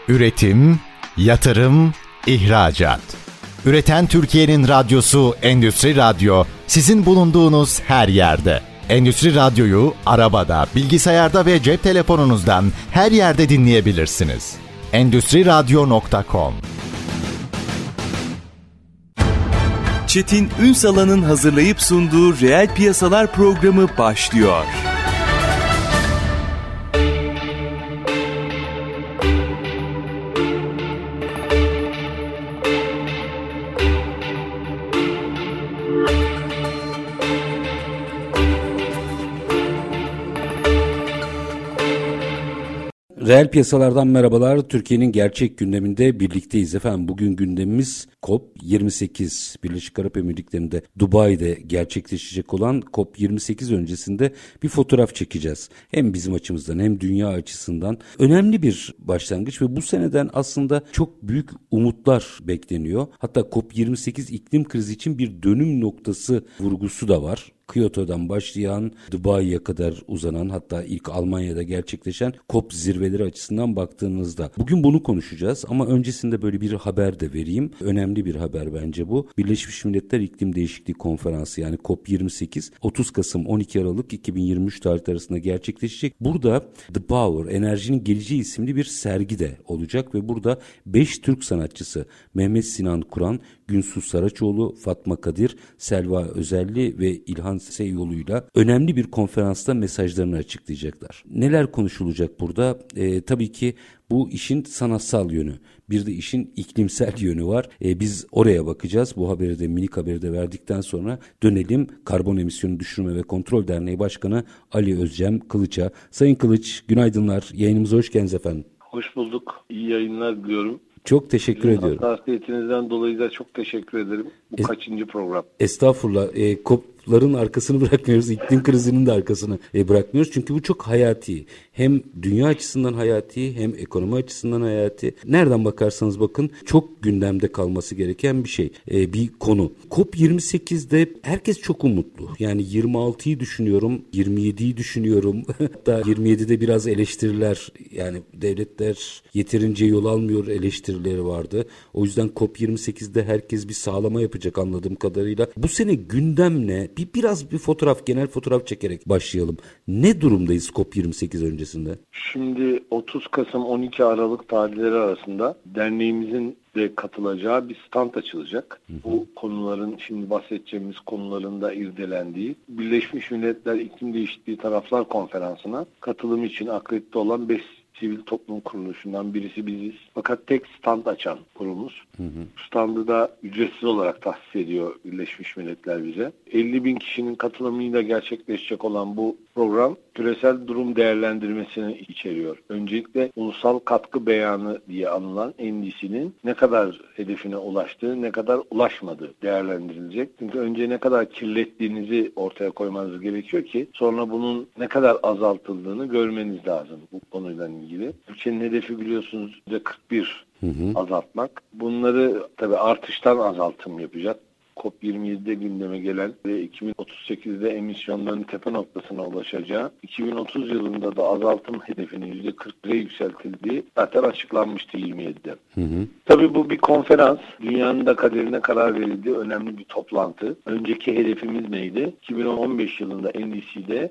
Üretim, yatırım, ihracat. Üreten Türkiye'nin radyosu Endüstri Radyo, sizin bulunduğunuz her yerde. Endüstri Radyo'yu arabada, bilgisayarda ve cep telefonunuzdan her yerde dinleyebilirsiniz. Endüstriradyo.com. Çetin Ünsal'ın hazırlayıp sunduğu Reel Piyasalar programı başlıyor. Reel piyasalardan merhabalar. Türkiye'nin gerçek gündeminde birlikteyiz efendim. Bugün gündemimiz COP28. Birleşik Arap Emirlikleri'nde Dubai'de gerçekleşecek olan COP28 öncesinde bir fotoğraf çekeceğiz. Hem bizim açımızdan hem dünya açısından önemli bir başlangıç ve bu seneden aslında çok büyük umutlar bekleniyor. Hatta COP28 iklim krizi için bir dönüm noktası vurgusu da var. Kyoto'dan başlayan, Dubai'ye kadar uzanan, hatta ilk Almanya'da gerçekleşen COP zirveleri açısından baktığınızda. Bugün bunu konuşacağız ama öncesinde böyle bir haber de vereyim. Önemli bir haber bence bu. Birleşmiş Milletler İklim Değişikliği Konferansı yani COP28 30 Kasım 12 Aralık 2023 tarihleri arasında gerçekleşecek. Burada The Power, Enerjinin Geleceği isimli bir sergi de olacak ve burada 5 Türk sanatçısı Mehmet Sinan Kur'an, Günsu Saraçoğlu, Fatma Kadir, Selva Özelli ve İlhan Seyyolu'yla önemli bir konferansta mesajlarını açıklayacaklar. Neler konuşulacak burada? Tabii ki bu işin sanatsal yönü. Bir de işin iklimsel yönü var. Biz oraya bakacağız. Bu haberi de minik haberi de verdikten sonra dönelim Karbon Emisyonu Düşürme ve Kontrol Derneği Başkanı Ali Özcem Kılıç'a. Sayın Kılıç, günaydınlar. Yayınımıza hoş geldiniz efendim. Hoş bulduk. İyi yayınlar diliyorum. Çok teşekkür ediyorum. Hassasiyetinizden dolayı da çok teşekkür ederim. Bu kaçıncı program? Estağfurullah. COP'ların arkasını bırakmıyoruz. İklim krizinin de arkasını bırakmıyoruz. Çünkü bu çok hayati. Hem dünya açısından hayati hem ekonomi açısından hayati. Nereden bakarsanız bakın çok gündemde kalması gereken bir şey. Bir konu. COP28'de herkes çok umutlu. Yani 26'yı düşünüyorum, 27'yi düşünüyorum. Hatta 27'de biraz eleştiriler, yani devletler yeterince yol almıyor eleştirileri vardı. O yüzden COP28'de herkes bir sağlama yapacak anladığım kadarıyla. Bu sene gündem ne? Biraz bir fotoğraf, genel fotoğraf çekerek başlayalım. Ne durumdayız COP28 öncesinde? Şimdi 30 Kasım 12 Aralık tarihleri arasında derneğimizin de katılacağı bir stand açılacak. Bu konuların, şimdi bahsedeceğimiz konuların da irdelendiği Birleşmiş Milletler İklim Değişikliği Taraflar Konferansı'na katılım için akredite olan 5 sivil toplum kuruluşundan birisi biziz. Fakat tek stand açan kurumuz. Standı da ücretsiz olarak tahsis ediyor Birleşmiş Milletler bize. 50.000 kişinin katılımıyla gerçekleşecek olan bu program küresel durum değerlendirmesini içeriyor. Öncelikle ulusal katkı beyanı diye anılan NDC'nin ne kadar hedefine ulaştığı, ne kadar ulaşmadığı değerlendirilecek. Çünkü önce ne kadar kirlettiğinizi ortaya koymanız gerekiyor ki sonra bunun ne kadar azaltıldığını görmeniz lazım bu konuyla ilgili. Türkiye'nin hedefi biliyorsunuz %41 azaltmak. Bunları tabii artıştan azaltım yapacak. COP27'de gündeme gelen ve 2038'de emisyonların tepe noktasına ulaşacağı, 2030 yılında da azaltım hedefinin %41'e yükseltildiği zaten açıklanmıştı 27'de. Tabii bu bir konferans. Dünyanın da kaderine karar verildiği önemli bir toplantı. Önceki hedefimiz neydi? 2015 yılında NDC'de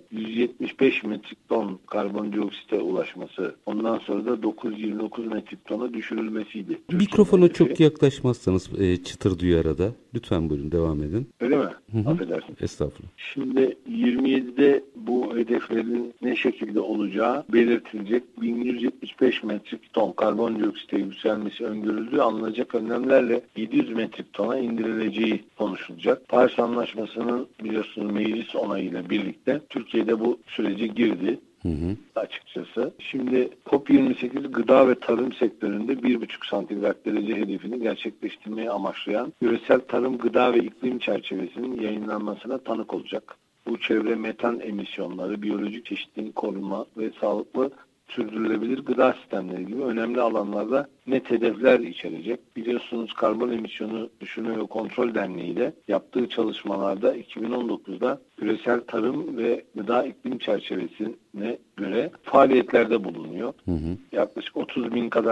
175 metrik ton karbondioksite ulaşması. Ondan sonra da 929 metrik tona düşürülmesiydi. Mikrofona çok yaklaşmazsanız çıtır duyuyor arada. Lütfen buyurun devam edin. Öyle mi? Affedersin. Estağfurullah. Şimdi 27'de bu hedeflerin ne şekilde olacağı belirtilecek. 1175 metrik ton karbondioksite yükselmesi öngörüldüğü, alınacak önlemlerle 700 metrik tona indirileceği konuşulacak. Paris Anlaşması'nın biliyorsunuz meclis onayıyla birlikte Türkiye'de bu sürece girdi. Açıkçası. Şimdi COP28 gıda ve tarım sektöründe 1,5 santigrat derece hedefini gerçekleştirmeyi amaçlayan küresel tarım, gıda ve iklim çerçevesinin yayınlanmasına tanık olacak. Bu çevre, metan emisyonları, biyolojik çeşitliliğin korunma ve sağlıklı sürdürülebilir gıda sistemleri gibi önemli alanlarda net hedefler içerecek. Biliyorsunuz Karbon Emisyonu Düşürme ve Kontrol Derneği de yaptığı çalışmalarda 2019'da küresel tarım ve gıda iklim çerçevesine göre faaliyetlerde bulunuyor. Yaklaşık 30 bin kadar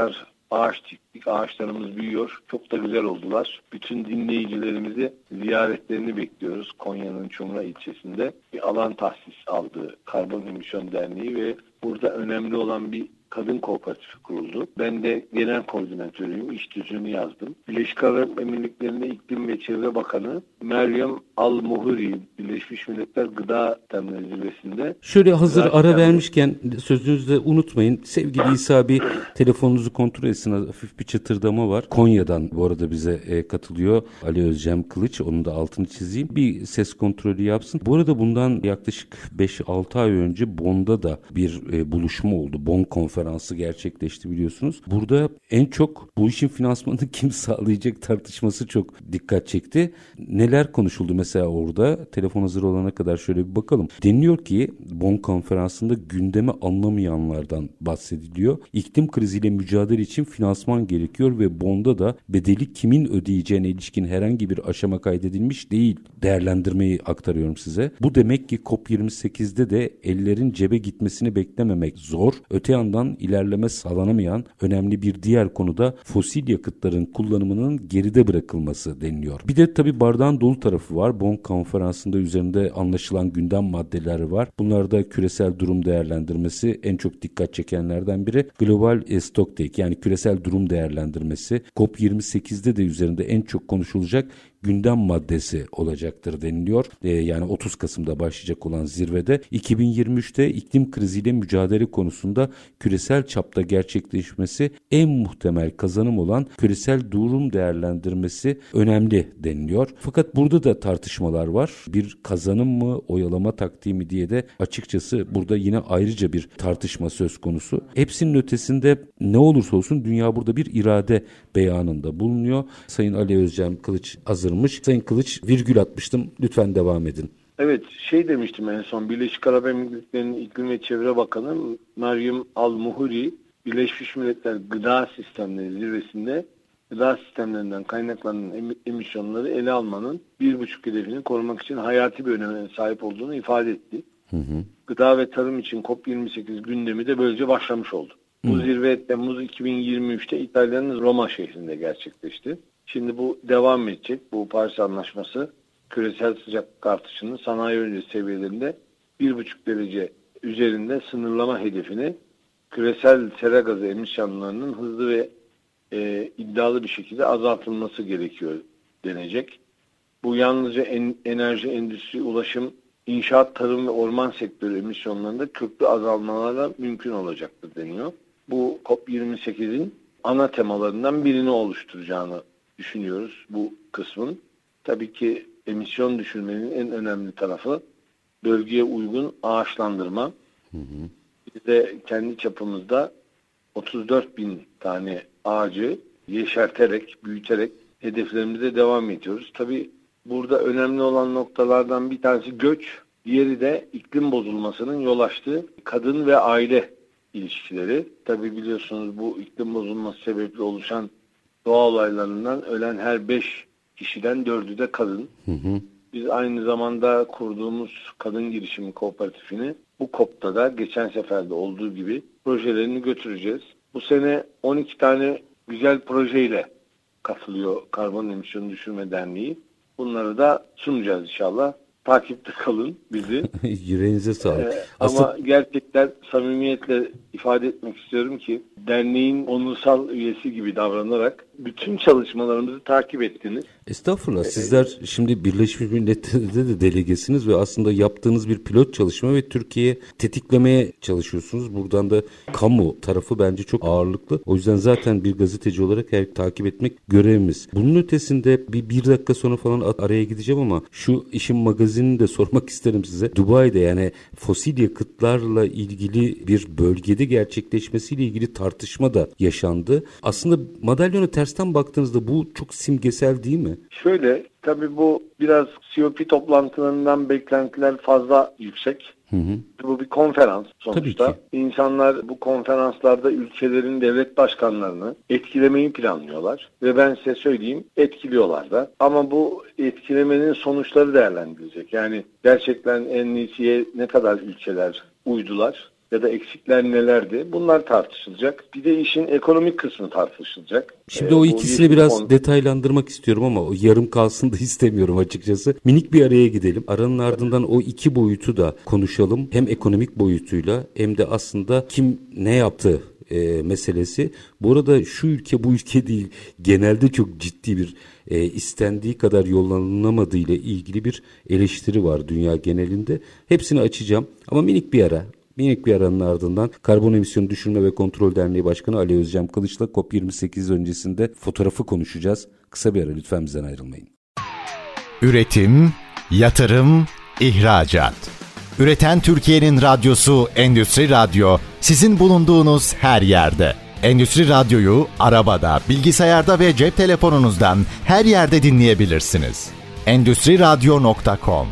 ağaç diktik. Ağaçlarımız büyüyor. Çok da güzel oldular. Bütün dinleyicilerimizi ziyaretlerini bekliyoruz. Konya'nın Çumra ilçesinde bir alan tahsis aldı Karbon Emisyon Derneği ve burada önemli olan bir kadın kooperatifi kuruldu. Ben de genel koordinatörüyüm. İş tüzüğünü yazdım. Birleşik Arap Emirlikleri'nde İklim ve Çevre Bakanı Meryem Al-Muhuri, Birleşmiş Milletler Gıda Temeli Zirvesi'nde. Şöyle hazır ara vermişken sözünüzü de unutmayın. Sevgili İsa, bir telefonunuzu kontrol etsin. Hafif bir çıtırdama var. Konya'dan bu arada bize katılıyor Ali Özcem Kılıç. Onun da altını çizeyim. Bir ses kontrolü yapsın. Bu arada bundan yaklaşık 5-6 ay önce Bonn'da da bir buluşma oldu. Bonn konferansı gerçekleşti biliyorsunuz. Burada en çok bu işin finansmanını kim sağlayacak tartışması çok dikkat çekti. Neler konuşuldu mesela orada? Telefon hazır olana kadar şöyle bir bakalım. Deniliyor ki Bonn konferansında gündeme anlamayanlardan bahsediliyor. İklim kriziyle mücadele için finansman gerekiyor ve Bonn'da da bedeli kimin ödeyeceğine ilişkin herhangi bir aşama kaydedilmiş değil. Değerlendirmeyi aktarıyorum size. Bu demek ki COP28'de de ellerin cebe gitmesini beklememek zor. Öte yandan ilerleme sağlanamayan önemli bir diğer konuda fosil yakıtların kullanımının geride bırakılması deniliyor. Bir de tabii bardağın dolu tarafı var. Bonn konferansında üzerinde anlaşılan gündem maddeleri var. Bunlarda küresel durum değerlendirmesi en çok dikkat çekenlerden biri. Global Stocktake yani küresel durum değerlendirmesi. COP28'de de üzerinde en çok konuşulacak gündem maddesi olacaktır deniliyor. Yani 30 Kasım'da başlayacak olan zirvede 2023'te iklim kriziyle mücadele konusunda küresel çapta gerçekleşmesi en muhtemel kazanım olan küresel durum değerlendirmesi önemli deniliyor. Fakat burada da tartışmalar var. Bir kazanım mı, oyalama taktiği mi diye de açıkçası burada yine ayrıca bir tartışma söz konusu. Hepsinin ötesinde ne olursa olsun dünya burada bir irade beyanında bulunuyor. Sayın Ali Özcem Kılıç hazırmış. Sayın Kılıç, virgül atmıştım. Lütfen devam edin. Evet, demiştim en son. Birleşik Arap Emirlikleri'nin İklim ve Çevre Bakanı Meryem Al-Muhuri, Birleşmiş Milletler Gıda Sistemleri Zirvesi'nde gıda sistemlerinden kaynaklanan emisyonları ele almanın 1,5 hedefini korumak için hayati bir öneme sahip olduğunu ifade etti. Gıda ve tarım için COP28 gündemi de böylece başlamış oldu. Bu zirve Temmuz 2023'te İtalya'nın Roma şehrinde gerçekleşti. Şimdi bu devam edecek. Bu Paris Anlaşması küresel sıcaklık artışının sanayi öncesi seviyelerinde 1,5 derece üzerinde sınırlama hedefini küresel sera gazı emisyonlarının hızlı ve iddialı bir şekilde azaltılması gerekiyor denecek. Bu yalnızca enerji, endüstri, ulaşım, inşaat, tarım ve orman sektörü emisyonlarında köklü azalmalarla mümkün olacaktır deniyor. Bu COP28'in ana temalarından birini oluşturacağını düşünüyoruz bu kısmın. Tabii ki emisyon düşürmenin en önemli tarafı bölgeye uygun ağaçlandırma. Biz de kendi çapımızda 34.000 tane ağacı yeşerterek, büyüterek hedeflerimize devam ediyoruz. Tabii burada önemli olan noktalardan bir tanesi göç, diğeri de iklim bozulmasının yol açtığı kadın ve aile ilişkileri. Tabii biliyorsunuz bu iklim bozulması sebeple oluşan doğa olaylarından ölen her 5 kişiden 4'ü de kadın. Biz aynı zamanda kurduğumuz kadın girişimi kooperatifini bu COP'ta da geçen seferde olduğu gibi projelerini götüreceğiz. Bu sene 12 tane güzel projeyle katılıyor Karbon Emisyonu Düşürme Derneği. Bunları da sunacağız inşallah. Takipte kalın bizi. Yüreğinize sağlık. Ama gerçekten samimiyetle ifade etmek istiyorum ki derneğin onursal üyesi gibi davranarak bütün çalışmalarımızı takip ettiniz. Estağfurullah. Sizler şimdi Birleşmiş Milletler'de de delegesiniz ve aslında yaptığınız bir pilot çalışma ve Türkiye'ye tetiklemeye çalışıyorsunuz. Buradan da kamu tarafı bence çok ağırlıklı. O yüzden zaten bir gazeteci olarak takip etmek görevimiz. Bunun ötesinde bir dakika sonra falan araya gideceğim ama şu işin magazinini de sormak isterim size. Dubai'de yani fosil yakıtlarla ilgili bir bölgede gerçekleşmesiyle ilgili tartışma da yaşandı. Aslında madalyona tersten baktığınızda bu çok simgesel değil mi? Şöyle, tabii bu biraz COP toplantılarından beklentiler fazla yüksek. Bu bir konferans sonuçta. İnsanlar bu konferanslarda ülkelerin devlet başkanlarını etkilemeyi planlıyorlar. Ve ben size söyleyeyim, etkiliyorlar da. Ama bu etkilemenin sonuçları değerlendirilecek. Yani gerçekten en iyisiye ne kadar ülkeler uydular? ya da eksikler nelerdi? Bunlar tartışılacak. Bir de işin ekonomik kısmı tartışılacak. Şimdi o ikisini biraz detaylandırmak istiyorum ama o yarım kalsın da istemiyorum açıkçası. Minik bir araya gidelim. Aranın ardından o iki boyutu da konuşalım. Hem ekonomik boyutuyla hem de aslında kim ne yaptı meselesi. Bu arada şu ülke bu ülke değil, genelde çok ciddi bir istendiği kadar yollanılamadığı ile ilgili bir eleştiri var dünya genelinde. Hepsini açacağım ama minik bir aranın ardından Karbon Emisyonu Düşürme ve Kontrol Derneği Başkanı Ali Özcem Kılıç'la COP28 öncesinde fotoğrafı konuşacağız. Kısa bir ara, lütfen bizden ayrılmayın. Üretim, yatırım, ihracat. Üreten Türkiye'nin radyosu Endüstri Radyo, sizin bulunduğunuz her yerde. Endüstri Radyo'yu arabada, bilgisayarda ve cep telefonunuzdan her yerde dinleyebilirsiniz. Endüstriradyo.com.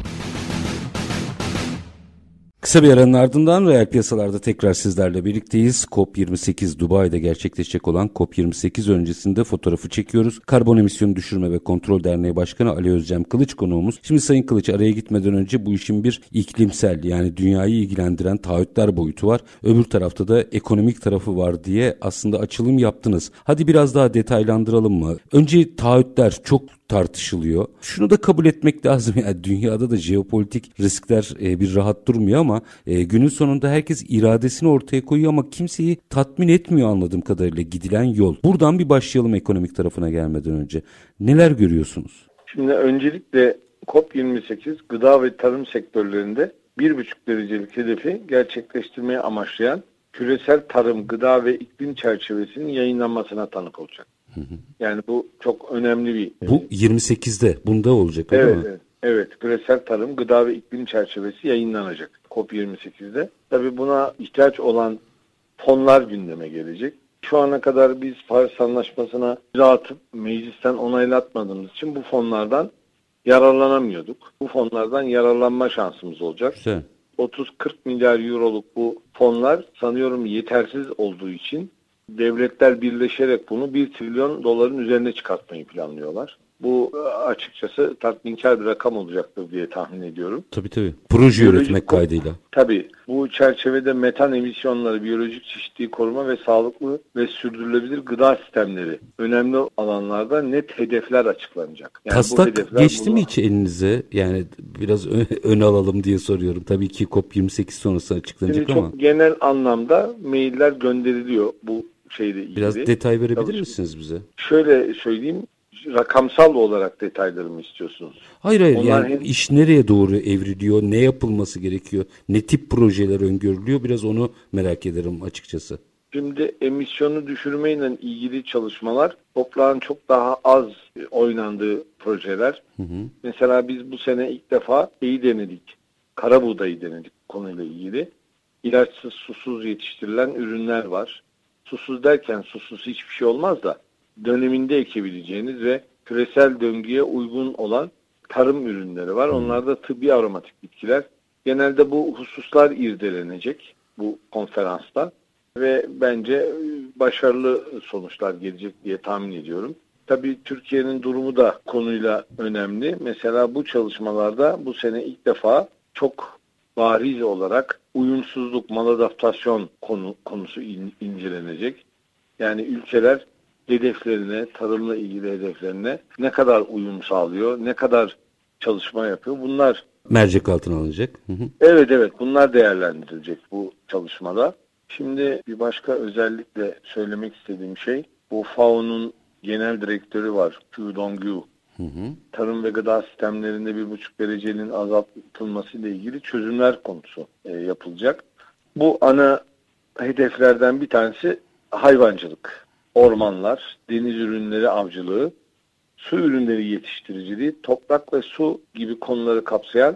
Kısa bir aranın ardından reel piyasalarda tekrar sizlerle birlikteyiz. COP28 Dubai'de gerçekleşecek olan COP28 öncesinde fotoğrafı çekiyoruz. Karbon Emisyonu Düşürme ve Kontrol Derneği Başkanı Ali Özcem Kılıç konuğumuz. Şimdi Sayın Kılıç, araya gitmeden önce bu işin bir iklimsel, yani dünyayı ilgilendiren taahhütler boyutu var. Öbür tarafta da ekonomik tarafı var diye aslında açılım yaptınız. Hadi biraz daha detaylandıralım mı? Önce taahhütler çok tartışılıyor. Şunu da kabul etmek lazım, yani dünyada da jeopolitik riskler bir rahat durmuyor ama günün sonunda herkes iradesini ortaya koyuyor ama kimseyi tatmin etmiyor anladığım kadarıyla gidilen yol. Buradan bir başlayalım ekonomik tarafına gelmeden önce. Neler görüyorsunuz? Şimdi öncelikle COP28 gıda ve tarım sektörlerinde 1,5 derecelik hedefi gerçekleştirmeyi amaçlayan küresel tarım, gıda ve iklim çerçevesinin yayınlanmasına tanık olacak. Yani bu çok önemli bir... Bu 28'de bunda olacak, öyle mi? Evet, küresel tarım, gıda ve iklim çerçevesi yayınlanacak COP28'de. Tabii buna ihtiyaç olan fonlar gündeme gelecek. Şu ana kadar biz Paris Anlaşması'na imza atıp meclisten onaylatmadığımız için bu fonlardan yararlanamıyorduk. Bu fonlardan yararlanma şansımız olacak. Güzel. 30-40 milyar euroluk bu fonlar sanıyorum yetersiz olduğu için devletler birleşerek bunu 1 trilyon doların üzerine çıkartmayı planlıyorlar. Bu açıkçası tatminkar bir rakam olacaktır diye tahmin ediyorum. Tabii. Proje üretmek kaydıyla. Tabii. Bu çerçevede metan emisyonları, biyolojik çeşitliliği koruma ve sağlıklı ve sürdürülebilir gıda sistemleri önemli alanlarda net hedefler açıklanacak. Yani taslak geçti mi hiç elinize? Yani biraz ön alalım diye soruyorum. Tabii ki COP28 sonrası açıklanacak şimdi ama. Çok genel anlamda mailler gönderiliyor bu şeyle ilgili. Biraz detay verebilir misiniz bize? Şöyle söyleyeyim. Rakamsal olarak detaylarımı istiyorsunuz? Hayır yani iş nereye doğru evriliyor, ne yapılması gerekiyor, ne tip projeler öngörülüyor, biraz onu merak ederim açıkçası. Şimdi emisyonu düşürmeyle ilgili çalışmalar toprağın çok daha az oynandığı projeler. Mesela biz bu sene ilk defa denedik, kara buğdayı denedik konuyla ilgili. İlaçsız, susuz yetiştirilen ürünler var. Susuz derken susuz hiçbir şey olmaz da döneminde ekebileceğiniz ve küresel döngüye uygun olan tarım ürünleri var. Onlar da tıbbi aromatik bitkiler. Genelde bu hususlar irdelenecek bu konferansta ve bence başarılı sonuçlar gelecek diye tahmin ediyorum. Tabii Türkiye'nin durumu da konuyla önemli. Mesela bu çalışmalarda bu sene ilk defa çok bariz olarak uyumsuzluk, maladaptasyon konusu incelenecek. Yani ülkeler hedeflerine, tarımla ilgili hedeflerine ne kadar uyum sağlıyor, ne kadar çalışma yapıyor, bunlar mercek altına alınacak. Evet, bunlar değerlendirilecek bu çalışmada. Şimdi bir başka özellikle söylemek istediğim şey, bu FAO'nun genel direktörü var, Hu Dongyu. Tarım ve gıda sistemlerinde 1,5 derecenin azaltılması ile ilgili çözümler konusu yapılacak. Bu ana hedeflerden bir tanesi hayvancılık, ormanlar, deniz ürünleri avcılığı, su ürünleri yetiştiriciliği, toprak ve su gibi konuları kapsayan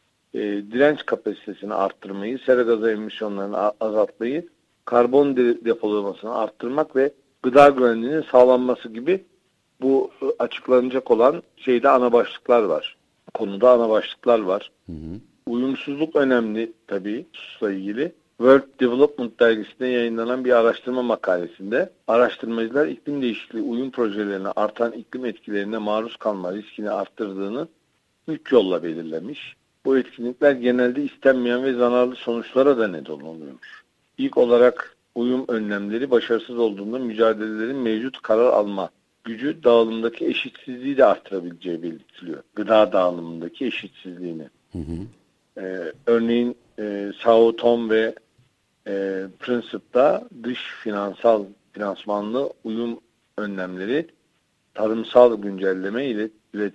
direnç kapasitesini arttırmayı, sera gazı emisyonlarını azaltmayı, karbon depolamasını arttırmak ve gıda güvenliğinin sağlanması gibi bu açıklanacak olan şeyde ana başlıklar var. Konuda ana başlıklar var. Uyumsuzluk önemli tabii susla ilgili. World Development dergisinde yayınlanan bir araştırma makalesinde araştırmacılar iklim değişikliği uyum projelerine artan iklim etkilerine maruz kalma riskini arttırdığını 3 yolla belirlemiş. Bu etkinlikler genelde istenmeyen ve zararlı sonuçlara da neden oluyormuş. İlk olarak uyum önlemleri başarısız olduğunda mücadelelerin mevcut karar alma gücü dağılımdaki eşitsizliği de artırabileceği belirtiliyor. Gıda dağılımındaki eşitsizliğini. Örneğin Sao Tome ve Principe'da dış finansmanlı uyum önlemleri tarımsal güncelleme ile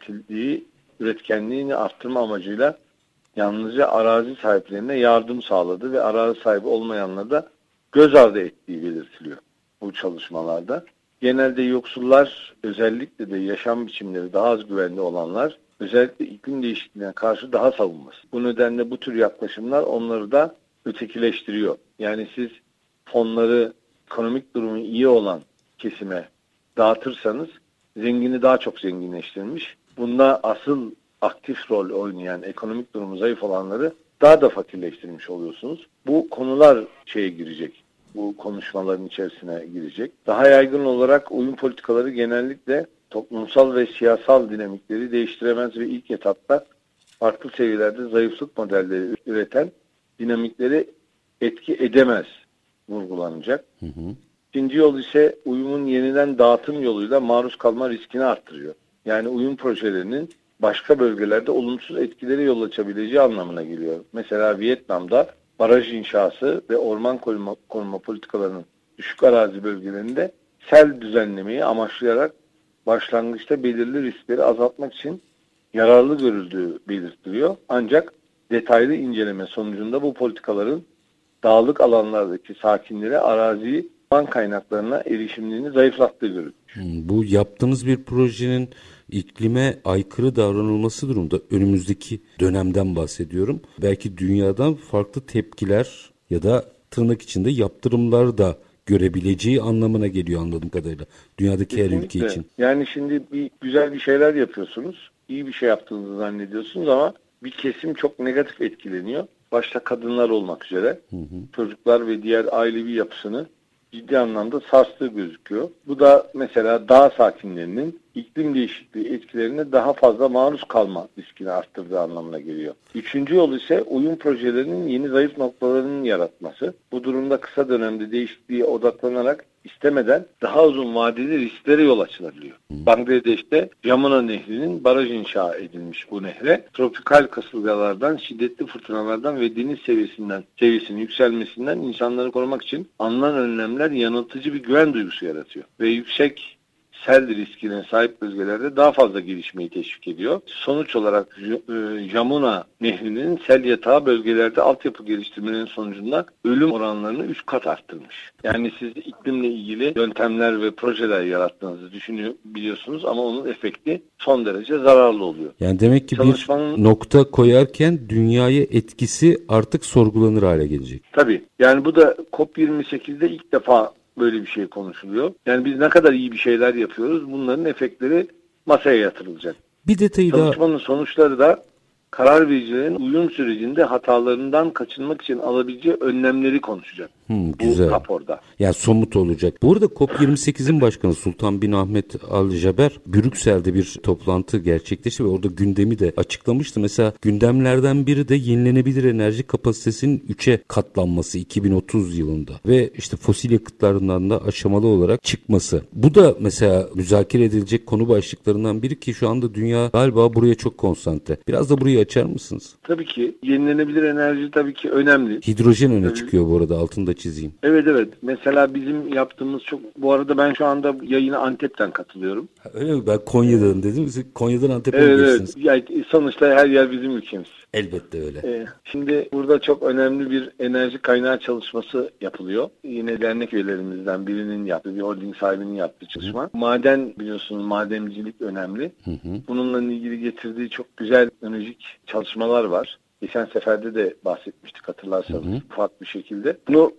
üretkenliğini arttırma amacıyla yalnızca arazi sahiplerine yardım sağladı ve arazi sahibi olmayanları da göz ardı ettiği belirtiliyor bu çalışmalarda. Genelde yoksullar, özellikle de yaşam biçimleri daha az güvenli olanlar, özellikle iklim değişikliğine karşı daha savunmasız. Bu nedenle bu tür yaklaşımlar onları da ötekileştiriyor. Yani siz fonları ekonomik durumu iyi olan kesime dağıtırsanız zengini daha çok zenginleştirmiş. Bunda asıl aktif rol oynayan, ekonomik durumu zayıf olanları daha da fakirleştirmiş oluyorsunuz. Bu konular girecek. Bu konuşmaların içerisine girecek. Daha yaygın olarak uyum politikaları genellikle toplumsal ve siyasal dinamikleri değiştiremez ve ilk etapta farklı seviyelerde zayıflık modelleri üreten dinamikleri etki edemez vurgulanacak. İkinci yol ise uyumun yeniden dağıtım yoluyla maruz kalma riskini arttırıyor. Yani uyum projelerinin başka bölgelerde olumsuz etkileri yol açabileceği anlamına geliyor. Mesela Vietnam'da baraj inşası ve orman koruma politikalarının düşük arazi bölgelerinde sel düzenlemeyi amaçlayarak başlangıçta belirli riskleri azaltmak için yararlı görüldüğü belirtiliyor. Ancak detaylı inceleme sonucunda bu politikaların dağlık alanlardaki sakinlere araziyi kaynaklarına erişimliğini zayıflattığı görülmüş. Bu yaptığınız bir projenin iklime aykırı davranılması durumunda önümüzdeki dönemden bahsediyorum. Belki dünyadan farklı tepkiler ya da tırnak içinde yaptırımlar da görebileceği anlamına geliyor anladığım kadarıyla. Dünyadaki Kesinlikle. Her ülke için. Yani şimdi güzel bir şeyler yapıyorsunuz. İyi bir şey yaptığınızı zannediyorsunuz ama bir kesim çok negatif etkileniyor. Başta kadınlar olmak üzere. Çocuklar ve diğer ailevi yapısını ciddi anlamda sarstığı gözüküyor. Bu da mesela dağ sakinlerinin iklim değişikliği etkilerine daha fazla maruz kalma riskini arttırdığı anlamına geliyor. Üçüncü yol ise uyum projelerinin yeni zayıf noktalarının yaratması. Bu durumda kısa dönemde değişikliğe odaklanarak istemeden daha uzun vadeli risklere yol açılabiliyor. Bangladeş'te Yamuna Nehri'nin baraj inşa edilmiş bu nehre. Tropikal kasırgalardan, şiddetli fırtınalardan ve deniz seviyesinin yükselmesinden insanları korumak için alınan önlemler yanıltıcı bir güven duygusu yaratıyor. Ve yüksek sel riskine sahip bölgelerde daha fazla gelişmeyi teşvik ediyor. Sonuç olarak Yamuna Nehri'nin sel yatağı bölgelerde altyapı geliştirmenin sonucunda ölüm oranlarını 3 kat arttırmış. Yani siz iklimle ilgili yöntemler ve projeler yarattığınızı biliyorsunuz ama onun efekti son derece zararlı oluyor. Yani demek ki bir nokta koyarken dünyaya etkisi artık sorgulanır hale gelecek. Tabii. Yani bu da COP28'de ilk defa böyle bir şey konuşuluyor. Yani biz ne kadar iyi bir şeyler yapıyoruz, bunların efektleri masaya yatırılacak. Bir detayı Çalışmanın sonuçları da karar vericilerin uyum sürecinde hatalarından kaçınmak için alabileceği önlemleri konuşacak. Güzel. Bu raporda. Yani somut olacak. Bu arada COP28'in başkanı Sultan bin Ahmet Al Jaber Brüksel'de bir toplantı gerçekleşti ve orada gündemi de açıklamıştı. Mesela gündemlerden biri de yenilenebilir enerji kapasitesinin 3'e katlanması 2030 yılında ve işte fosil yakıtlarından da aşamalı olarak çıkması. Bu da mesela müzakere edilecek konu başlıklarından biri ki şu anda dünya galiba buraya çok konsantre. Biraz da burayı açar mısınız? Tabii ki yenilenebilir enerji tabii ki önemli. Hidrojen öne çıkıyor bu arada, altında çizeyim. Evet. Mesela bizim yaptığımız bu arada ben şu anda yayına Antep'ten katılıyorum. Öyle mi? Ben Konya'dan dedim. Siz Konya'dan Antep'e geçtiniz. Evet. Yani sonuçta her yer bizim ülkemiz. Elbette öyle. Şimdi burada çok önemli bir enerji kaynağı çalışması yapılıyor. Yine dernek üyelerimizden birinin yaptığı, bir holding sahibinin yaptığı çalışma. Maden, biliyorsunuz, madencilik önemli. Bununla ilgili getirdiği çok güzel enerjik çalışmalar var. Geçen seferde de bahsetmiştik, hatırlarsanız ufak bir şekilde. Bunu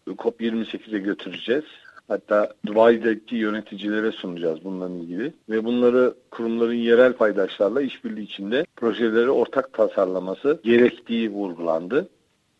COP28'e götüreceğiz. Hatta Dubai'deki yöneticilere sunacağız bununla ilgili. Ve bunları kurumların yerel paydaşlarla işbirliği içinde projeleri ortak tasarlaması gerektiği vurgulandı.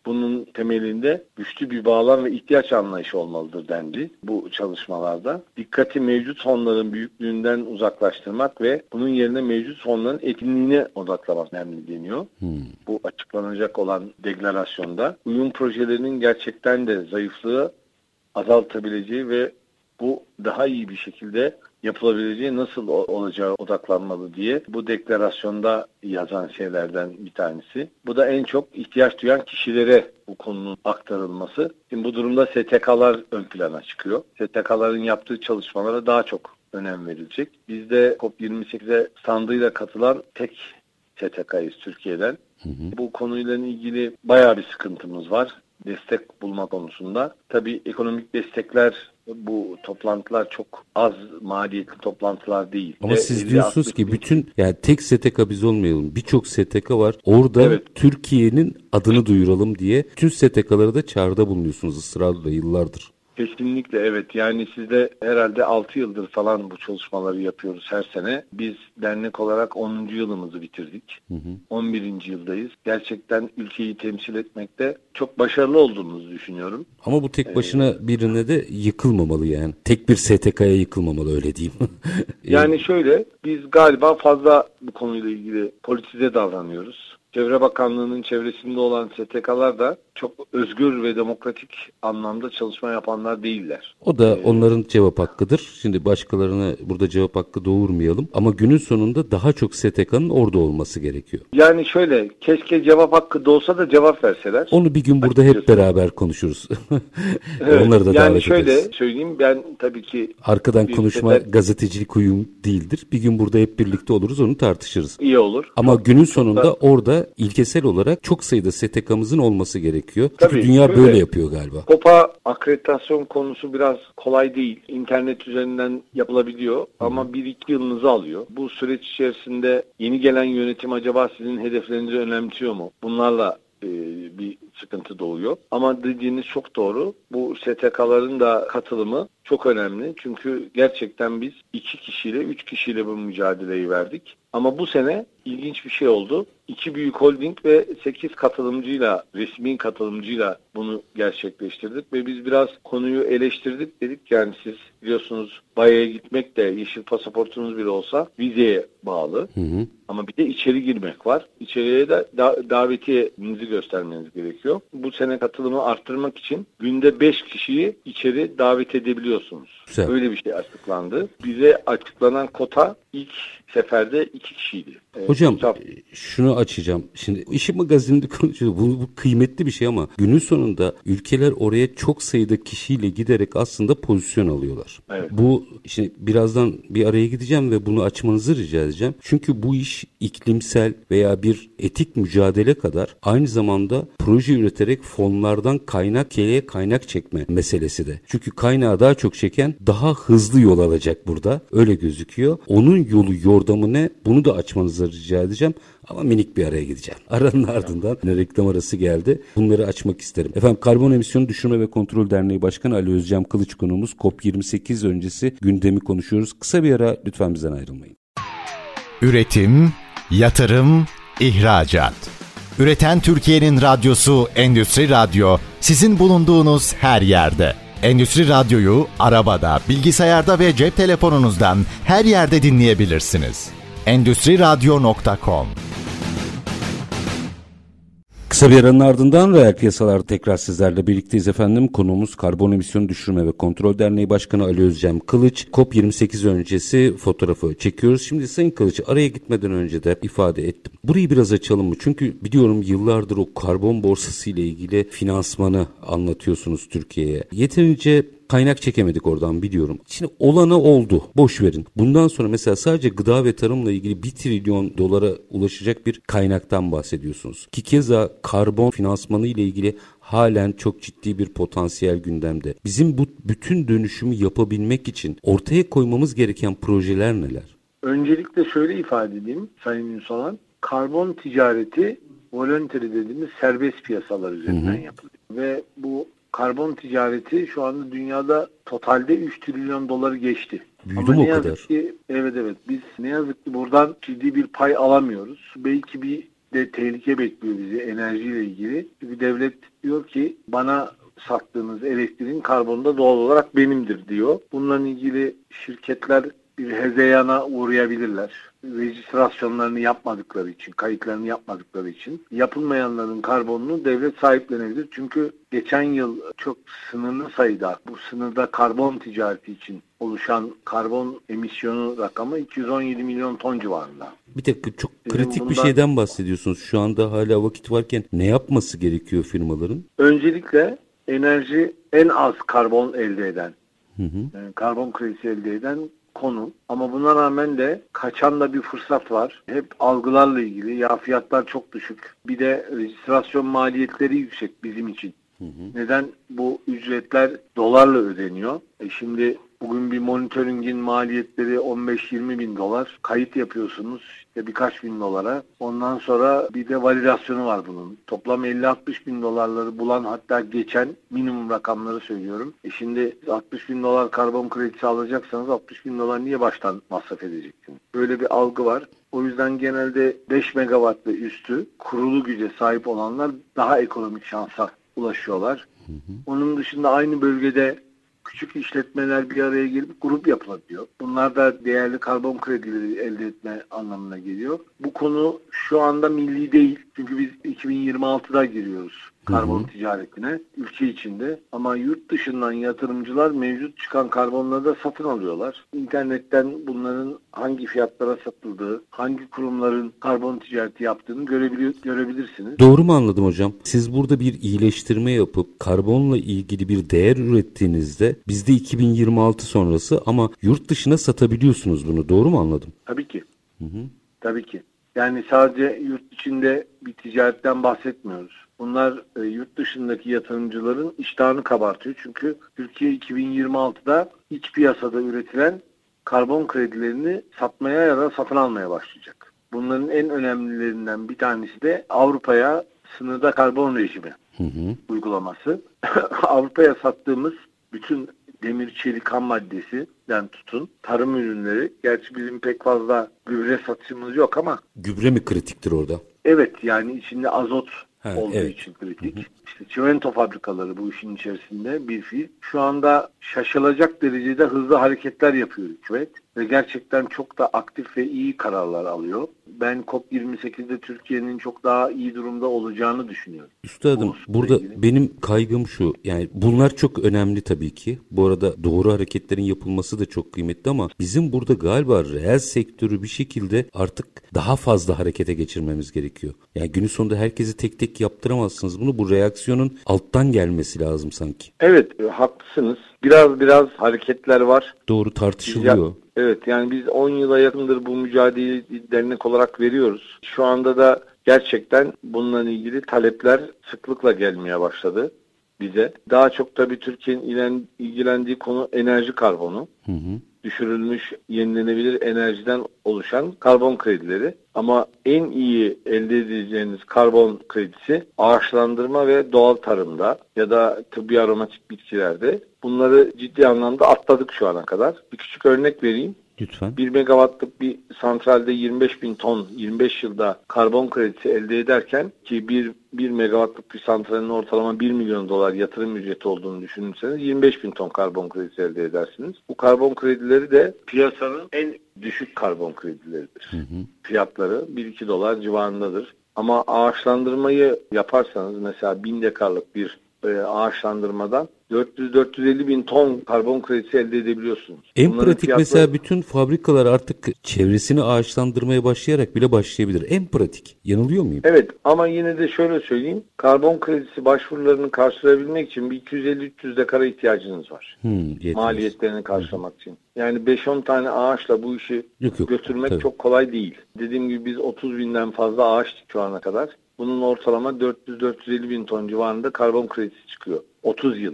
bunun temelinde güçlü bir bağlam ve ihtiyaç anlayışı olmalıdır dendi bu çalışmalarda. Dikkati mevcut fonların büyüklüğünden uzaklaştırmak ve bunun yerine mevcut fonların etkinliğine odaklamak önemli deniyor. Bu açıklanacak olan deklarasyonda uyum projelerinin gerçekten de zayıflığı azaltabileceği ve bu daha iyi bir şekilde yapılabileceği nasıl olacağı odaklanmalı diye bu deklarasyonda yazan şeylerden bir tanesi. Bu da en çok ihtiyaç duyan kişilere bu konunun aktarılması. Şimdi bu durumda STK'lar ön plana çıkıyor. STK'ların yaptığı çalışmalara daha çok önem verilecek. Biz de COP28'e standıyla katılan tek STK'yız Türkiye'den. Bu konuyla ilgili bayağı bir sıkıntımız var. Destek bulma konusunda. Tabii ekonomik destekler, bu toplantılar çok az maliyetli toplantılar değil. Ama siz diyorsunuz ki bütün, yani tek STK biz olmayalım. Birçok STK var. Orada evet, Türkiye'nin adını duyuralım diye tüm STK'ları da çağrıda bulunuyorsunuz ısrarla yıllardır. Kesinlikle evet. Yani siz de herhalde 6 yıldır falan bu çalışmaları yapıyoruz her sene. Biz dernek olarak 10. yılımızı bitirdik. 11. yıldayız. Gerçekten ülkeyi temsil etmekte çok başarılı olduğumuzu düşünüyorum. Ama bu tek başına birine de yıkılmamalı yani. Tek bir STK'ya yıkılmamalı, öyle diyeyim. Yani şöyle, biz galiba fazla bu konuyla ilgili politize davranıyoruz. Çevre Bakanlığı'nın çevresinde olan STK'lar da çok özgür ve demokratik anlamda çalışma yapanlar değiller. O da onların cevap hakkıdır. Şimdi başkalarına burada cevap hakkı doğurmayalım. Ama günün sonunda daha çok STK'nın orada olması gerekiyor. Yani şöyle, keşke cevap hakkı doğsa da cevap verseler. Onu bir gün burada hep beraber konuşuruz. Evet, onları da davet yani şöyle ederiz. söyleyeyim, ben tabii ki... Arkadan konuşma gazetecilik uyum değildir. Bir gün burada hep birlikte oluruz, onu tartışırız. İyi olur. Ama günün sonunda orada ilkesel olarak çok sayıda STK'mızın olması gerekiyor. Çünkü tabii, dünya böyle yapıyor galiba. COP'a akreditasyon konusu biraz kolay değil. İnternet üzerinden yapılabiliyor ama 1-2 yılınızı alıyor. Bu süreç içerisinde yeni gelen yönetim acaba sizin hedeflerinizi önemsiyor mu? Bunlarla bir sıkıntı doğuyor. Ama dediğiniz çok doğru. Bu STK'ların da katılımı çok önemli. Çünkü gerçekten biz 2 kişiyle, 3 kişiyle bu mücadeleyi verdik. Ama bu sene ilginç bir şey oldu. 2 büyük holding ve 8 katılımcıyla, resmi katılımcıyla bunu gerçekleştirdik ve biz biraz konuyu eleştirdik. Dedik yani siz biliyorsunuz bayaya gitmek de yeşil pasaportunuz bile olsa vizeye bağlı. Ama bir de içeri girmek var. İçeriye de davetiyenizi göstermeniz gerekiyor. Bu sene katılımı arttırmak için günde 5 kişiyi içeri davet edebiliyorsunuz. Güzel. Öyle bir şey açıklandı. Bize açıklanan kota ilk seferde 2 kişiydi. Hocam şunu açacağım. Şimdi işi magazininde konuşuyoruz. Bu kıymetli bir şey ama günün sonunda ülkeler oraya çok sayıda kişiyle giderek aslında pozisyon alıyorlar. Evet. Bu şimdi birazdan bir araya gideceğim ve bunu açmanızı rica edeceğim. Çünkü bu iş iklimsel veya bir etik mücadele kadar aynı zamanda proje üreterek fonlardan kaynak çekme meselesi de. Çünkü kaynağı daha çok çeken daha hızlı yol alacak burada. Öyle gözüküyor. Onun yolu, yordamı ne? Bunu da açmanızı rica edeceğim. Ama minik bir araya gideceğim. Aranın ardından reklam arası geldi. Bunları açmak isterim. Efendim, Karbon Emisyonu Düşürme ve Kontrol Derneği Başkanı Ali Özcem Kılıç konuğumuz. COP28 öncesi gündemi konuşuyoruz. Kısa bir ara, lütfen bizden ayrılmayın. Üretim, yatırım, ihracat. Üreten Türkiye'nin radyosu Endüstri Radyo, sizin bulunduğunuz her yerde. Endüstri Radyo'yu arabada, bilgisayarda ve cep telefonunuzdan her yerde dinleyebilirsiniz. Endüstriradyo.com. Kısa bir aranın ardından reel piyasalar tekrar sizlerle birlikteyiz efendim. Konuğumuz Karbon Emisyonu Düşürme ve Kontrol Derneği Başkanı Ali Özcem Kılıç. COP28 öncesi fotoğrafı çekiyoruz. Şimdi Sayın Kılıç, araya gitmeden önce de ifade ettim. Burayı biraz açalım mı? Çünkü biliyorum yıllardır o karbon borsası ile ilgili finansmanı anlatıyorsunuz Türkiye'ye. Yeterince kaynak çekemedik oradan, biliyorum. Şimdi olanı oldu. Boş verin. Bundan sonra mesela sadece gıda ve tarımla ilgili 1 trilyon dolara ulaşacak bir kaynaktan bahsediyorsunuz. Ki keza karbon finansmanı ile ilgili halen çok ciddi bir potansiyel gündemde. Bizim bu bütün dönüşümü yapabilmek için ortaya koymamız gereken projeler neler? Öncelikle şöyle ifade edeyim Sayın Ünsalan. Karbon ticareti voluntary dediğimiz serbest piyasalar üzerinden yapılıyor. Ve bu karbon ticareti şu anda dünyada totalde 3 trilyon doları geçti. Büyüdü ama mü ne o kadar? yazık ki, evet biz ne yazık ki buradan ciddi bir pay alamıyoruz. Belki bir de tehlike bekliyor bizi enerjiyle ilgili. Çünkü devlet diyor ki bana sattığınız elektriğin karbonu da doğal olarak benimdir diyor. Bununla ilgili şirketler bir hezeyana uğrayabilirler. Rejistrasyonlarını yapmadıkları için, kayıtlarını yapmadıkları için yapılmayanların karbonunu devlet sahiplenebilir. Çünkü geçen yıl çok sınırlı sayıda bu sınırda karbon ticareti için oluşan karbon emisyonu rakamı 217 milyon ton civarında. Bir dakika, çok kritik bir şeyden bahsediyorsunuz. Şu anda hala vakit varken ne yapması gerekiyor firmaların? Öncelikle enerji en az karbon elde eden, yani karbon kredisi elde eden konu. Ama buna rağmen de kaçan da bir fırsat var. Hep algılarla ilgili. Ya fiyatlar çok düşük. Bir de rejistrasyon maliyetleri yüksek bizim için. Neden? Bu ücretler dolarla ödeniyor. Şimdi bugün bir monitörüngün maliyetleri 15-20 bin dolar. Kayıt yapıyorsunuz işte birkaç bin dolara. Ondan sonra bir de validasyonu var bunun. Toplam 50-60 bin dolarları bulan, hatta geçen minimum rakamları söylüyorum. Şimdi 60 bin dolar karbon kredisi alacaksanız 60 bin dolar niye baştan masraf edeceksiniz? Böyle bir algı var. O yüzden genelde 5 megawatt ve üstü kurulu güce sahip olanlar daha ekonomik şansa ulaşıyorlar. Onun dışında aynı bölgede küçük işletmeler bir araya gelip grup yapılabiliyor. Bunlar da değerli karbon kredileri elde etme anlamına geliyor. Bu konu şu anda milli değil. Çünkü biz 2026'da giriyoruz karbon ticaretine ülke içinde. Ama yurt dışından yatırımcılar mevcut çıkan karbonları da satın alıyorlar. İnternetten bunların hangi fiyatlara satıldığı, hangi kurumların karbon ticareti yaptığını görebilirsiniz. Doğru mu anladım hocam? Siz burada bir iyileştirme yapıp karbonla ilgili bir değer ürettiğinizde bizde 2026 sonrası ama yurt dışına satabiliyorsunuz bunu. Doğru mu anladım? Tabii ki. Tabii ki. Yani sadece yurt içinde bir ticaretten bahsetmiyoruz. Bunlar yurt dışındaki yatırımcıların iştahını kabartıyor. Çünkü Türkiye 2026'da iç piyasada üretilen karbon kredilerini satmaya ya da satın almaya başlayacak. Bunların en önemlilerinden bir tanesi de Avrupa'ya sınırda karbon rejimi uygulaması. Avrupa'ya sattığımız bütün demir, çelik, ham maddesinden tutun, tarım ürünleri. Gerçi bizim pek fazla gübre satışımız yok ama. Gübre mi kritiktir orada? Evet, yani içinde azot olduğu için kritik. İşte çimento fabrikaları bu işin içerisinde bir fiil. Şu anda şaşılacak derecede hızlı hareketler yapıyor hükümet ve gerçekten çok da aktif ve iyi kararlar alıyor. Ben COP28'de Türkiye'nin çok daha iyi durumda olacağını düşünüyorum. Üstadım, burada benim kaygım şu, yani bunlar çok önemli tabii ki. Bu arada doğru hareketlerin yapılması da çok kıymetli ama bizim burada galiba reel sektörü bir şekilde artık daha fazla harekete geçirmemiz gerekiyor. Yani günün sonunda herkesi tek tek yaptıramazsınız bunu. Bu reaksiyonun alttan gelmesi lazım sanki. Evet, haklısınız. Biraz hareketler var. Doğru, tartışılıyor. Evet, yani biz 10 yıla yakındır bu mücadeleyi dernek olarak veriyoruz. Şu anda da gerçekten bununla ilgili talepler sıklıkla gelmeye başladı bize. Daha çok tabii Türkiye'nin ilgilendiği konu enerji karbonu. Düşürülmüş yenilenebilir enerjiden oluşan karbon kredileri. Ama en iyi elde edeceğiniz karbon kredisi ağaçlandırma ve doğal tarımda ya da tıbbi aromatik bitkilerde. Bunları ciddi anlamda atladık şu ana kadar. Bir küçük örnek vereyim. Lütfen. 1 megawattlık bir santralde 25 bin ton 25 yılda karbon kredisi elde ederken ki 1 megawattlık bir santralin ortalama 1 milyon dolar yatırım ücreti olduğunu düşünürseniz 25 bin ton karbon kredisi elde edersiniz. Bu karbon kredileri de piyasanın en düşük karbon kredileridir. Fiyatları 1-2 dolar civarındadır. Ama ağaçlandırmayı yaparsanız mesela 1000 dekarlık bir ağaçlandırmadan 400-450 bin ton karbon kredisi elde edebiliyorsunuz. En pratik mesela bütün fabrikalar artık çevresini ağaçlandırmaya başlayarak bile başlayabilir. En pratik. Yanılıyor muyum? Evet, ama yine de şöyle söyleyeyim. Karbon kredisi başvurularını karşılayabilmek için bir 250-300 dekara ihtiyacınız var. Maliyetlerini karşılamak için. Yani 5-10 tane ağaçla bu işi götürmek tabii çok kolay değil. Dediğim gibi biz 30 binden fazla ağaç diktik şu ana kadar. Bunun ortalama 400-450 bin ton civarında karbon kredisi çıkıyor 30 yılda.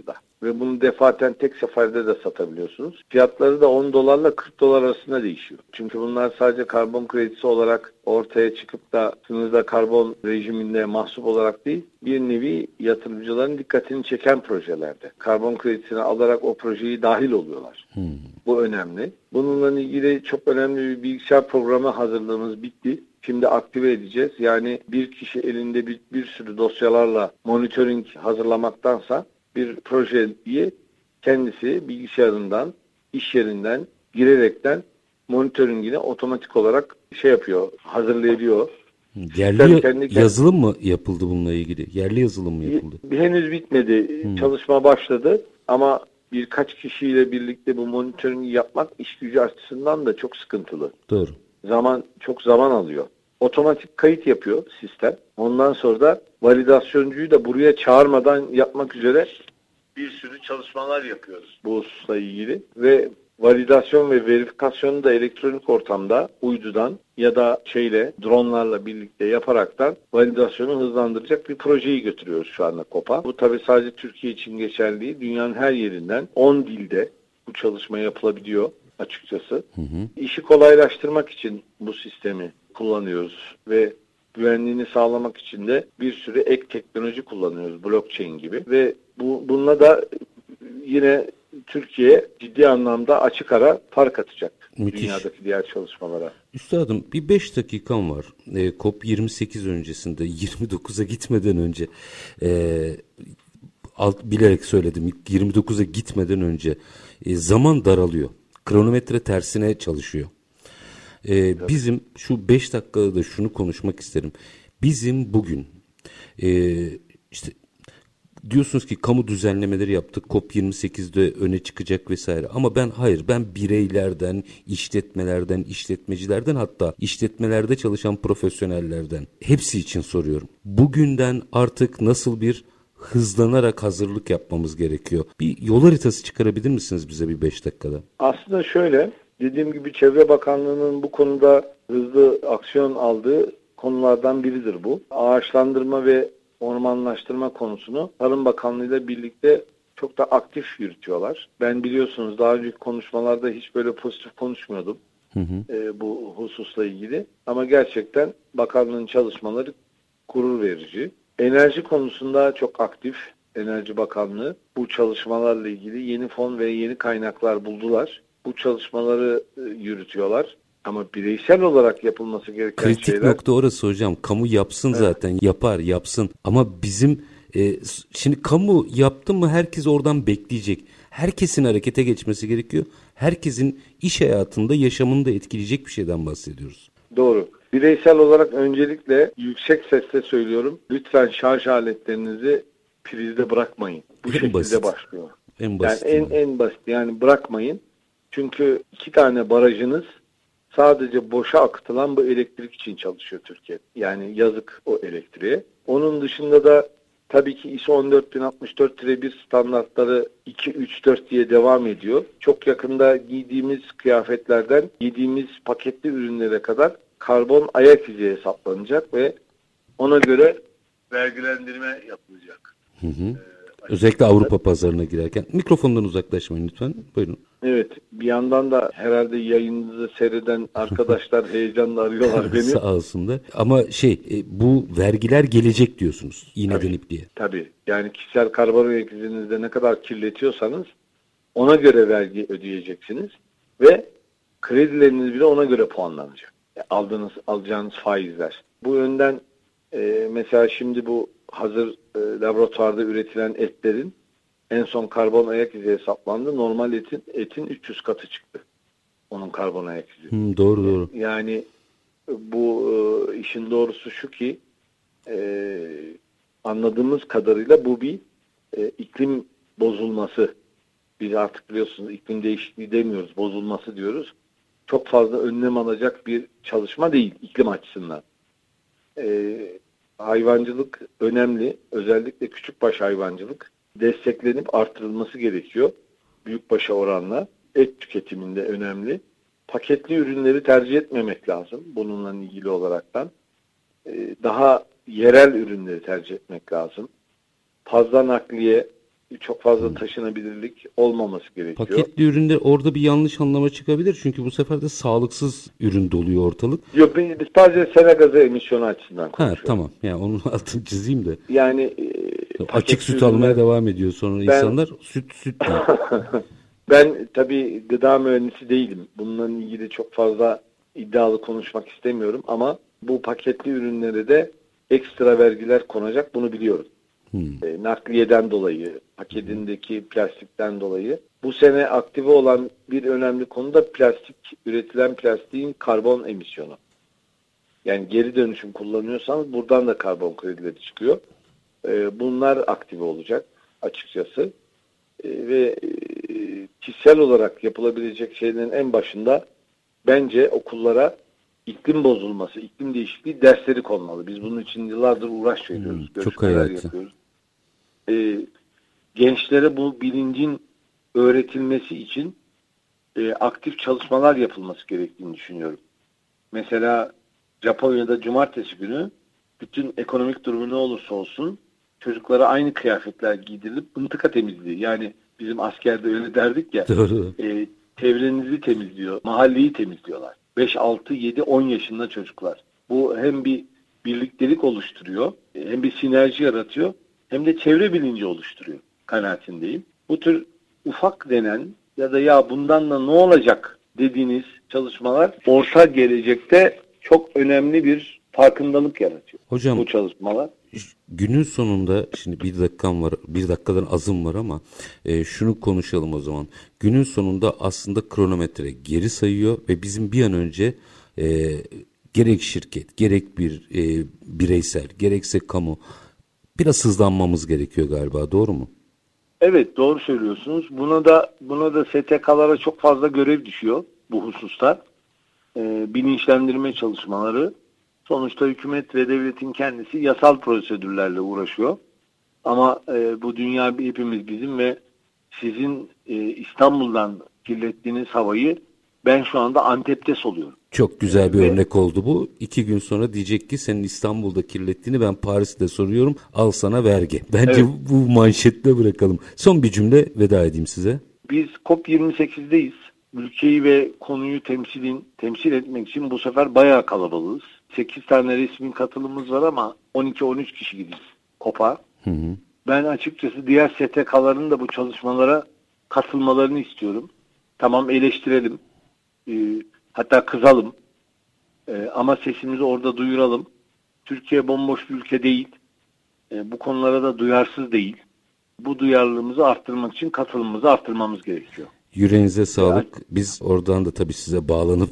ve bunu defaten tek seferde de satabiliyorsunuz. Fiyatları da $10 40 arasında değişiyor. Çünkü bunlar sadece karbon kredisi olarak ortaya çıkıp da sınırda karbon rejiminde mahsup olarak değil, bir nevi yatırımcıların dikkatini çeken projelerde. Karbon kredisini alarak o projeyi dahil oluyorlar. Bu önemli. Bununla ilgili çok önemli bir bilgisayar programı hazırlığımız bitti. Şimdi aktive edeceğiz. Yani bir kişi elinde bir sürü dosyalarla monitoring hazırlamaktansa bir projeyi kendisi bilgisayarından, iş yerinden girerekten monitoringini otomatik olarak yapıyor, hazırlayabiliyor. Yerli yazılım mı yapıldı bununla ilgili? Yerli yazılım mı yapıldı? Henüz bitmedi. Çalışma başladı ama birkaç kişiyle birlikte bu monitoringi yapmak iş gücü açısından da çok sıkıntılı. Doğru. Çok zaman alıyor. Otomatik kayıt yapıyor sistem. Ondan sonra da validasyoncuyu da buraya çağırmadan yapmak üzere bir sürü çalışmalar yapıyoruz bu hususla ilgili ve validasyon ve verifikasyonu da elektronik ortamda uydudan ya da dronlarla birlikte yaparaktan validasyonu hızlandıracak bir projeyi götürüyoruz şu anda KOP'a. Bu tabii sadece Türkiye için geçerli değil. Dünyanın her yerinden 10 dilde bu çalışma yapılabiliyor açıkçası. İşi kolaylaştırmak için bu sistemi kullanıyoruz ve güvenliğini sağlamak için de bir sürü ek teknoloji kullanıyoruz. Blockchain gibi ve bununla da yine Türkiye ciddi anlamda açık ara fark atacak. Müthiş. Dünyadaki diğer çalışmalara. Üstadım bir 5 dakikam var. COP28 öncesinde 29'a gitmeden önce bilerek söyledim. 29'a gitmeden önce zaman daralıyor. Kronometre tersine çalışıyor. Bizim şu 5 dakikada da şunu konuşmak isterim. Bizim bugün diyorsunuz ki kamu düzenlemeleri yaptık. COP28'de öne çıkacak vesaire. Ama ben bireylerden, işletmelerden, işletmecilerden hatta işletmelerde çalışan profesyonellerden hepsi için soruyorum. Bugünden artık nasıl bir hızlanarak hazırlık yapmamız gerekiyor? Bir yol haritası çıkarabilir misiniz bize bir 5 dakikada? Aslında şöyle, dediğim gibi Çevre Bakanlığı'nın bu konuda hızlı aksiyon aldığı konulardan biridir bu. Ağaçlandırma ve ormanlaştırma konusunu Tarım Bakanlığı ile birlikte çok da aktif yürütüyorlar. Ben biliyorsunuz daha önceki konuşmalarda hiç böyle pozitif konuşmuyordum bu hususla ilgili. Ama gerçekten bakanlığın çalışmaları gurur verici. Enerji konusunda çok aktif Enerji Bakanlığı. Bu çalışmalarla ilgili yeni fon ve yeni kaynaklar buldular. Bu çalışmaları yürütüyorlar. Ama bireysel olarak yapılması gereken kritik şeyler... Kritik nokta orası hocam. Kamu yapsın zaten. Yapsın. Ama bizim şimdi kamu yaptı mı herkes oradan bekleyecek. Herkesin harekete geçmesi gerekiyor. Herkesin iş hayatında, yaşamını da etkileyecek bir şeyden bahsediyoruz. Doğru. Bireysel olarak öncelikle yüksek sesle söylüyorum. Lütfen şarj aletlerinizi prizde bırakmayın. Bu şekilde başlıyor. En basit. Yani en basit. Yani bırakmayın. Çünkü 2 tane barajınız sadece boşa akıtılan bu elektrik için çalışıyor Türkiye. Yani yazık o elektriğe. Onun dışında da tabii ki ISO 14064-1 standartları 2-3-4 diye devam ediyor. Çok yakında giydiğimiz kıyafetlerden giydiğimiz paketli ürünlere kadar karbon ayak izi hesaplanacak ve ona göre vergilendirme yapılacak. Özellikle Avrupa pazarına girerken. Mikrofondan uzaklaşmayın lütfen. Buyurun. Evet. Bir yandan da herhalde yayınınızı seyreden arkadaşlar heyecanla arıyorlar beni. Sağ olsunlar. Ama bu vergiler gelecek diyorsunuz. İğneden ipliğe. Tabii. Yani kişisel karbon ayak izinizde ne kadar kirletiyorsanız ona göre vergi ödeyeceksiniz ve kredileriniz bile ona göre puanlanacak. Alacağınız faizler. Bu yönden mesela şimdi bu hazır laboratuvarda üretilen etlerin en son karbon ayak izi hesaplandı. Normal etin 300 katı çıktı. Onun karbon ayak izi. Doğru. Yani bu işin doğrusu şu ki anladığımız kadarıyla bu bir iklim bozulması. Biz artık biliyorsunuz iklim değişikliği demiyoruz. Bozulması diyoruz. Çok fazla önlem alacak bir çalışma değil iklim açısından. Hayvancılık önemli. Özellikle küçükbaş hayvancılık desteklenip artırılması gerekiyor. Büyükbaşa oranla. Et tüketiminde önemli. Paketli ürünleri tercih etmemek lazım. Bununla ilgili olaraktan. Daha yerel ürünleri tercih etmek lazım. Fazla nakliye çok fazla taşınabilirlik olmaması gerekiyor. Paketli üründe orada bir yanlış anlama çıkabilir. Çünkü bu sefer de sağlıksız ürün doluyor ortalık. Yok, biz sadece sera gazı emisyonu açısından konuşuyoruz. Tamam. Yani onun altını çizeyim de. Yani açık süt almaya devam ediyor sonra insanlar. Süt değil. Ben tabii gıda mühendisi değilim. Bununla ilgili çok fazla iddialı konuşmak istemiyorum ama bu paketli ürünlere de ekstra vergiler konacak, bunu biliyorum. Nakliyeden dolayı, paketindeki plastikten dolayı. Bu sene aktive olan bir önemli konu da üretilen plastiğin karbon emisyonu. Yani geri dönüşüm kullanıyorsanız buradan da karbon kredileri çıkıyor. Bunlar aktive olacak açıkçası. Ve kişisel olarak yapılabilecek şeylerin en başında bence okullara iklim bozulması, iklim değişikliği dersleri konmalı. Biz bunun için yıllardır uğraş veriyoruz. Çok hayati. Yapıyoruz. Gençlere bu bilincin öğretilmesi için aktif çalışmalar yapılması gerektiğini düşünüyorum. Mesela Japonya'da cumartesi günü bütün ekonomik durumu ne olursa olsun çocuklara aynı kıyafetler giydirilip mıntıka temizliği. Yani bizim askerde öyle derdik ya. Doğru. Çevrenizi temizliyor, mahalleyi temizliyorlar. 5, 6, 7, 10 yaşında çocuklar. Bu hem bir birliktelik oluşturuyor, hem bir sinerji yaratıyor, hem de çevre bilinci oluşturuyor kanaatindeyim. Bu tür ufak denen ya da ya bundan da ne olacak dediğiniz çalışmalar orta gelecekte çok önemli bir farkındalık yaratıyor. Hocam, bu çalışmalar. Günün sonunda şimdi bir dakikam var, bir dakikadan azım var ama şunu konuşalım o zaman. Günün sonunda aslında kronometre geri sayıyor ve bizim bir an önce gerek şirket, gerek bir bireysel, gerekse kamu biraz hızlanmamız gerekiyor galiba, doğru mu? Evet, doğru söylüyorsunuz. Buna da STK'lara çok fazla görev düşüyor bu hususta. Bilinçlendirme çalışmaları. Sonuçta hükümet ve devletin kendisi yasal prosedürlerle uğraşıyor. Ama bu dünya hepimiz bizim ve sizin İstanbul'dan kirlettiğiniz havayı ben şu anda Antep'te soluyorum. Çok güzel bir örnek oldu bu. 2 gün sonra diyecek ki senin İstanbul'da kirlettiğini ben Paris'te soruyorum. Al sana vergi. Bence evet, bu manşetle bırakalım. Son bir cümle veda edeyim size. Biz COP28'deyiz. Ülkeyi ve konuyu temsil etmek için bu sefer bayağı kalabalığız. 8 tane resmi katılımımız var ama 12-13 kişi gidiyoruz COP'a. Ben açıkçası diğer STK'ların da bu çalışmalara katılmalarını istiyorum. Tamam, eleştirelim. Hatta kızalım. Ama sesimizi orada duyuralım. Türkiye bomboş bir ülke değil. Bu konulara da duyarsız değil. Bu duyarlılığımızı arttırmak için katılımımızı arttırmamız gerekiyor. Yüreğinize sağlık. Biz oradan da tabii size bağlanıp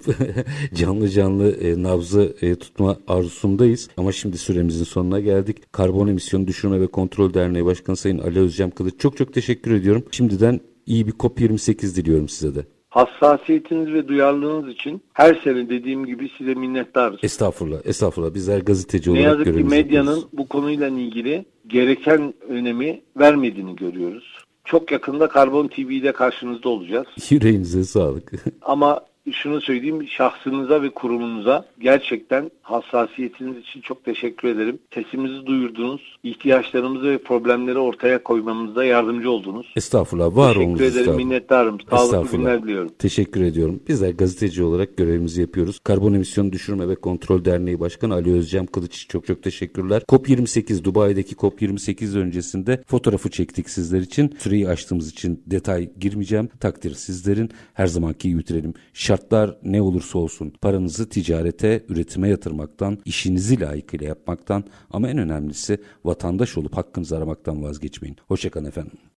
canlı nabzı tutma arzusundayız. Ama şimdi süremizin sonuna geldik. Karbon Emisyonu Düşürme ve Kontrol Derneği Başkanı Sayın Ali Özcem Kılıç, çok teşekkür ediyorum. Şimdiden iyi bir COP28 diliyorum size de. Hassasiyetiniz ve duyarlılığınız için her sene dediğim gibi size minnettarız. Estağfurullah. Bizler gazeteci olarak görevimizi yapıyoruz. Ne yazık ki medyanın yapıyoruz. bu konuyla ilgili gereken önemi vermediğini görüyoruz. Çok yakında Karbon TV'de karşınızda olacağız. Yüreğinize sağlık. Ama şunu söyleyeyim, şahsınıza ve kurumunuza gerçekten hassasiyetiniz için çok teşekkür ederim. Sesimizi duyurdunuz, ihtiyaçlarımızı ve problemleri ortaya koymamızda yardımcı oldunuz. Estağfurullah, var olunuz. Teşekkür ederim, minnettarım. Sağlıklı günler diliyorum. Teşekkür ediyorum. Bizler gazeteci olarak görevimizi yapıyoruz. Karbon Emisyonu Düşürme ve Kontrol Derneği Başkanı Ali Özcem Kılıç, çok teşekkürler. COP28, Dubai'deki COP28 öncesinde fotoğrafı çektik sizler için. Süreyi aştığımız için detay girmeyeceğim. Takdir sizlerin. Her zamanki gibi bitirelim. Şartlar ne olursa olsun paranızı ticarete, üretime yatırmaktan, işinizi layıkıyla yapmaktan ama en önemlisi vatandaş olup hakkınızı aramaktan vazgeçmeyin. Hoşça kalın efendim.